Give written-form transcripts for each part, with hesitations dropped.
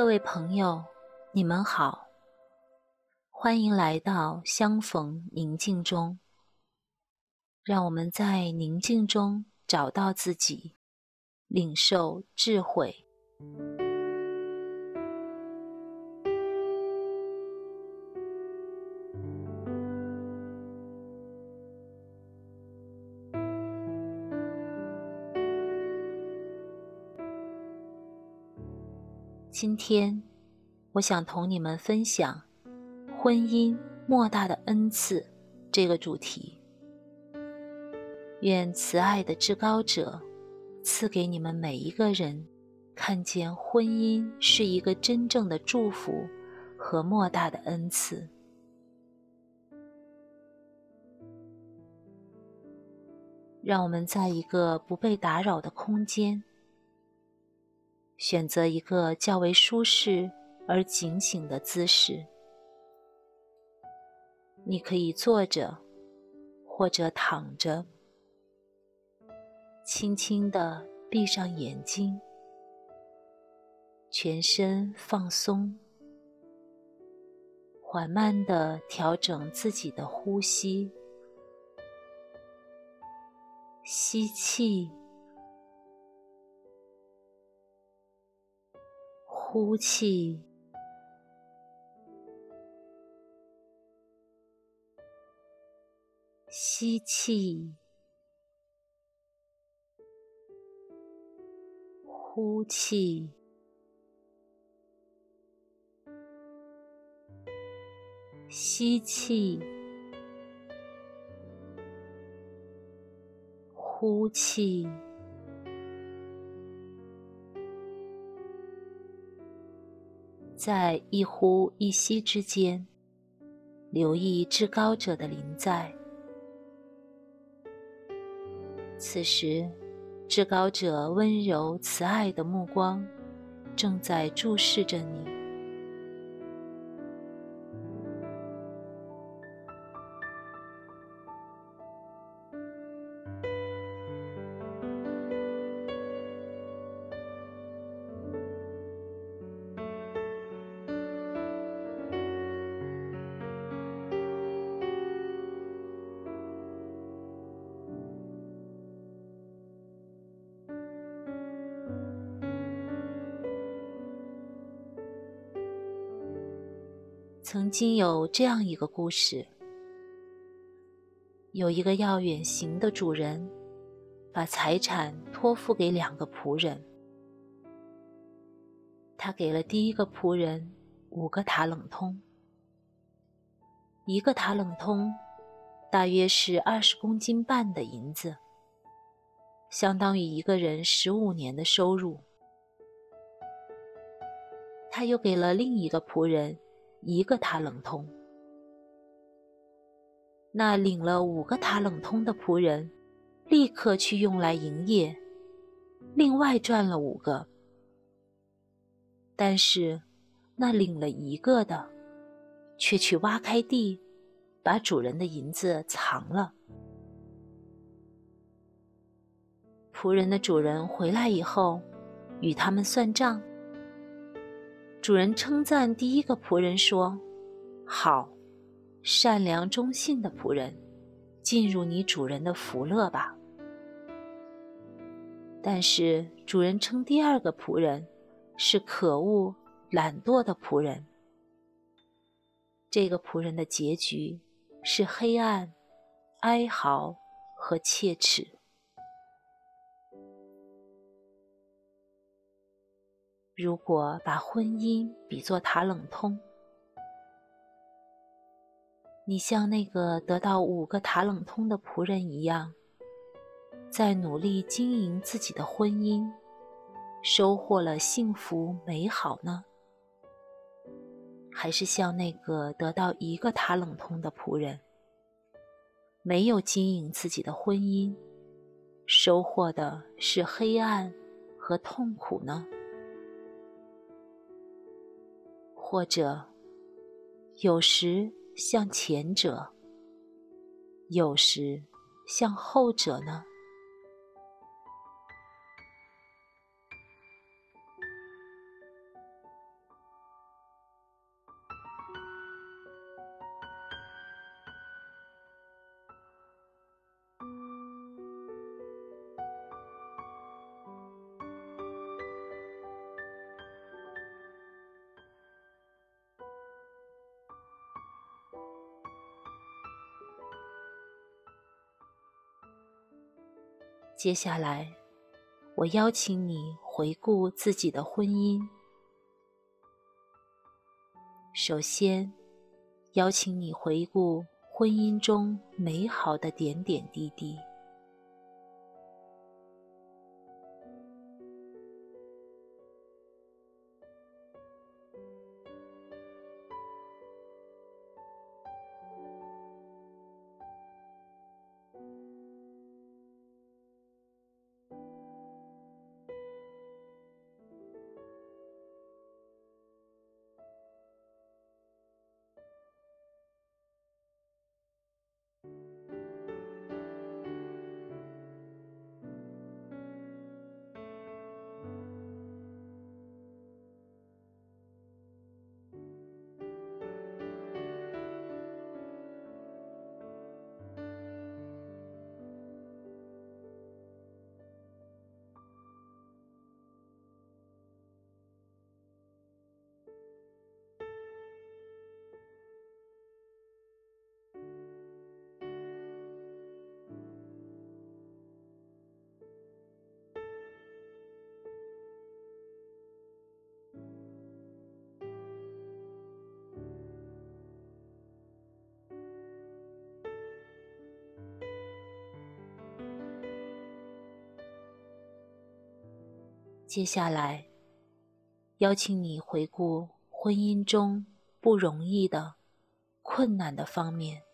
各位朋友，你们好，欢迎来到相逢宁静中。让我们在宁静中找到自己，领受智慧。今天，我想同你们分享婚姻莫大的恩赐这个主题。愿慈爱的至高者赐给你们每一个人看见婚姻是一个真正的祝福和莫大的恩赐。让我们在一个不被打扰的空间，选择一个较为舒适而警醒的姿势。你可以坐着或者躺着，轻轻地闭上眼睛，全身放松，缓慢地调整自己的呼吸。吸气，呼气，吸气，呼气，吸气，呼气。在一呼一吸之间，留意至高者的临在。此时，至高者温柔慈爱的目光正在注视着你。曾经有这样一个故事，有一个要远行的主人，把财产托付给2个仆人。他给了第一个仆人5个塔冷通，1个塔冷通大约是20公斤半的银子，相当于一个人15年的收入。他又给了另一个仆人1个塔冷通。那领了5个塔冷通的仆人立刻去用来营业，另外赚了5个。但是那领了1个的却去挖开地，把主人的银子藏了。仆人的主人回来以后与他们算账。主人称赞第一个仆人说：好，善良忠信的仆人，进入你主人的福乐吧。但是主人称第2个仆人是可恶懒惰的仆人。这个仆人的结局是黑暗、哀嚎和切齿。如果把婚姻比作塔冷通，你像那个得到5个塔冷通的仆人一样，在努力经营自己的婚姻，收获了幸福美好呢？还是像那个得到1个塔冷通的仆人，没有经营自己的婚姻，收获的是黑暗和痛苦呢？或者，有时像前者，有时像后者呢？ 接下来，我邀请你回顾自己的婚姻。首先，邀请你回顾婚姻中美好的点点滴滴。接下来，邀请你回顾婚姻中不容易的、困难的方面。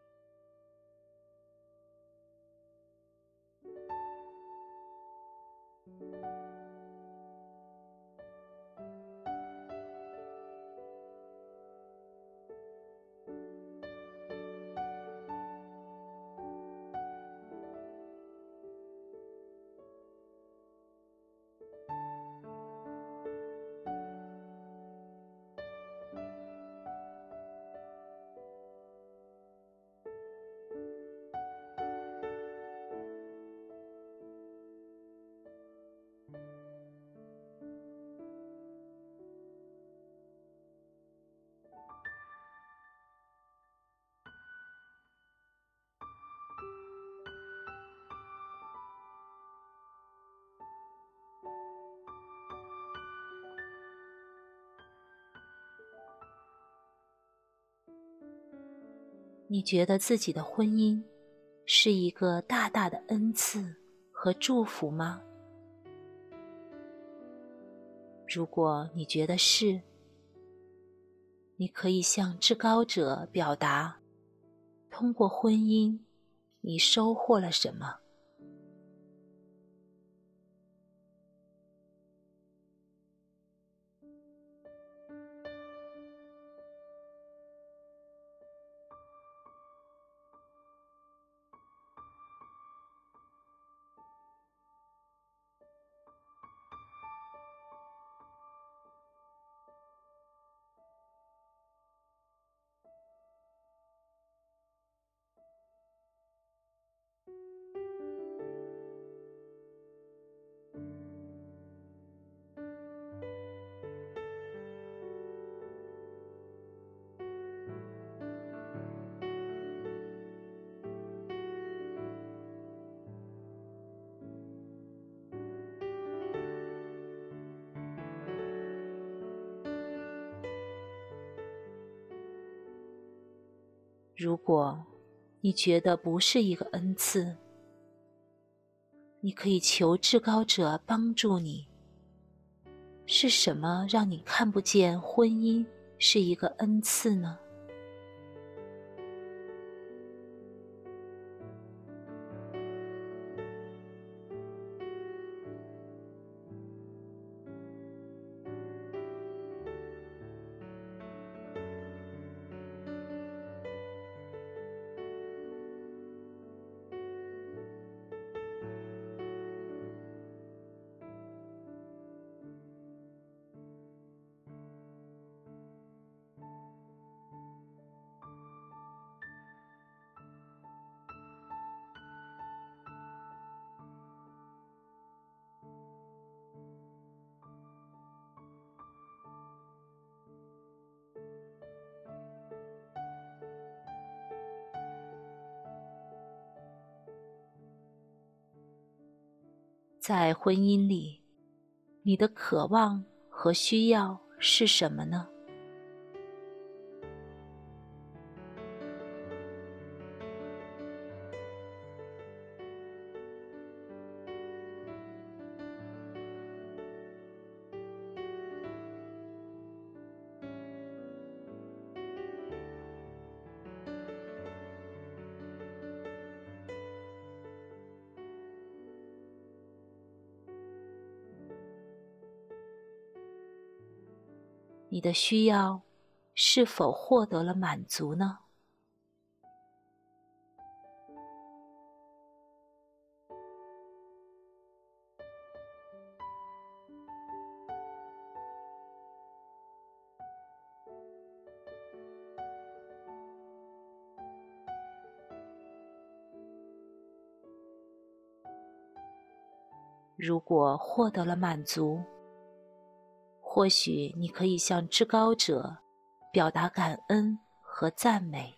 你觉得自己的婚姻是一个大大的恩赐和祝福吗？如果你觉得是，你可以向至高者表达，通过婚姻，你收获了什么。如果你觉得不是一个恩赐，你可以求至高者帮助你。是什么让你看不见婚姻是一个恩赐呢？ 在婚姻里，你的渴望和需要是什么呢？你的需要是否获得了满足呢？如果获得了满足，或许你可以向至高者表达感恩和赞美。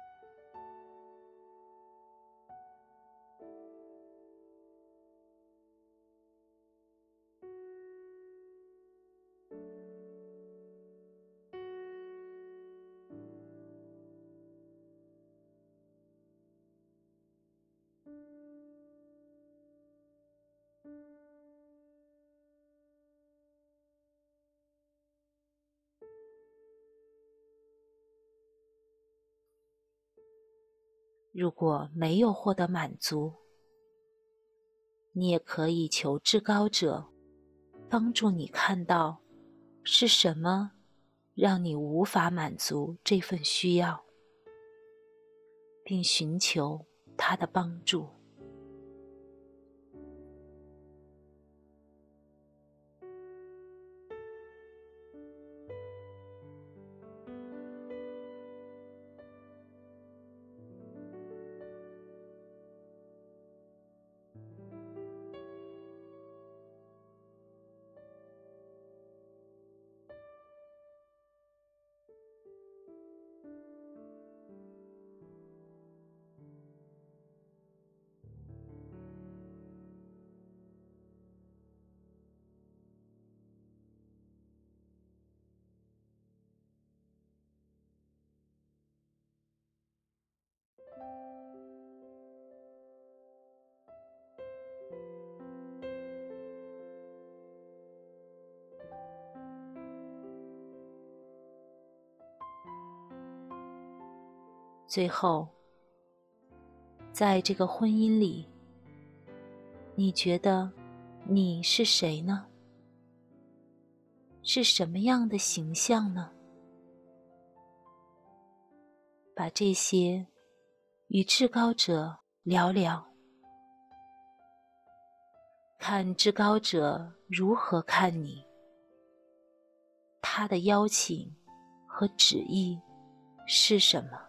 如果没有获得满足，你也可以求至高者帮助你看到是什么让你无法满足这份需要，并寻求他的帮助。最后，在这个婚姻里，你觉得你是谁呢？是什么样的形象呢？把这些与至高者聊聊，看至高者如何看你，他的邀请和旨意是什么？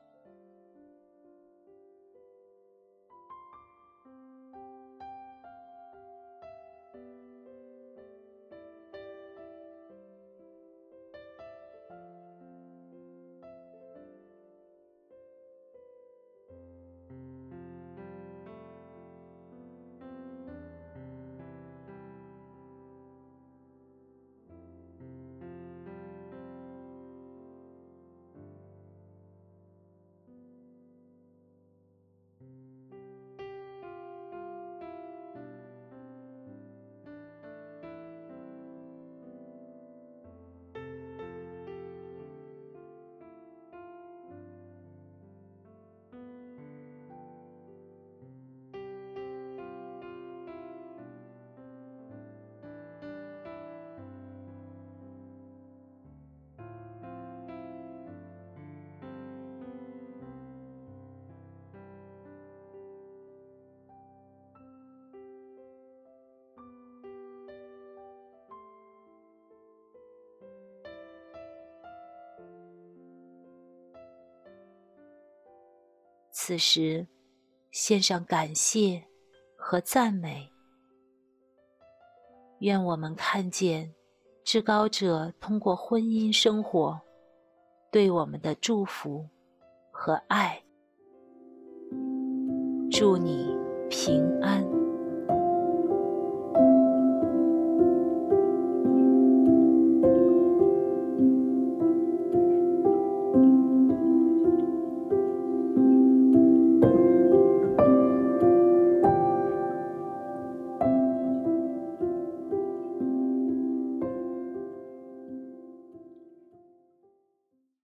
此时，献上感谢和赞美。愿我们看见至高者通过婚姻生活对我们的祝福和爱。祝你平安。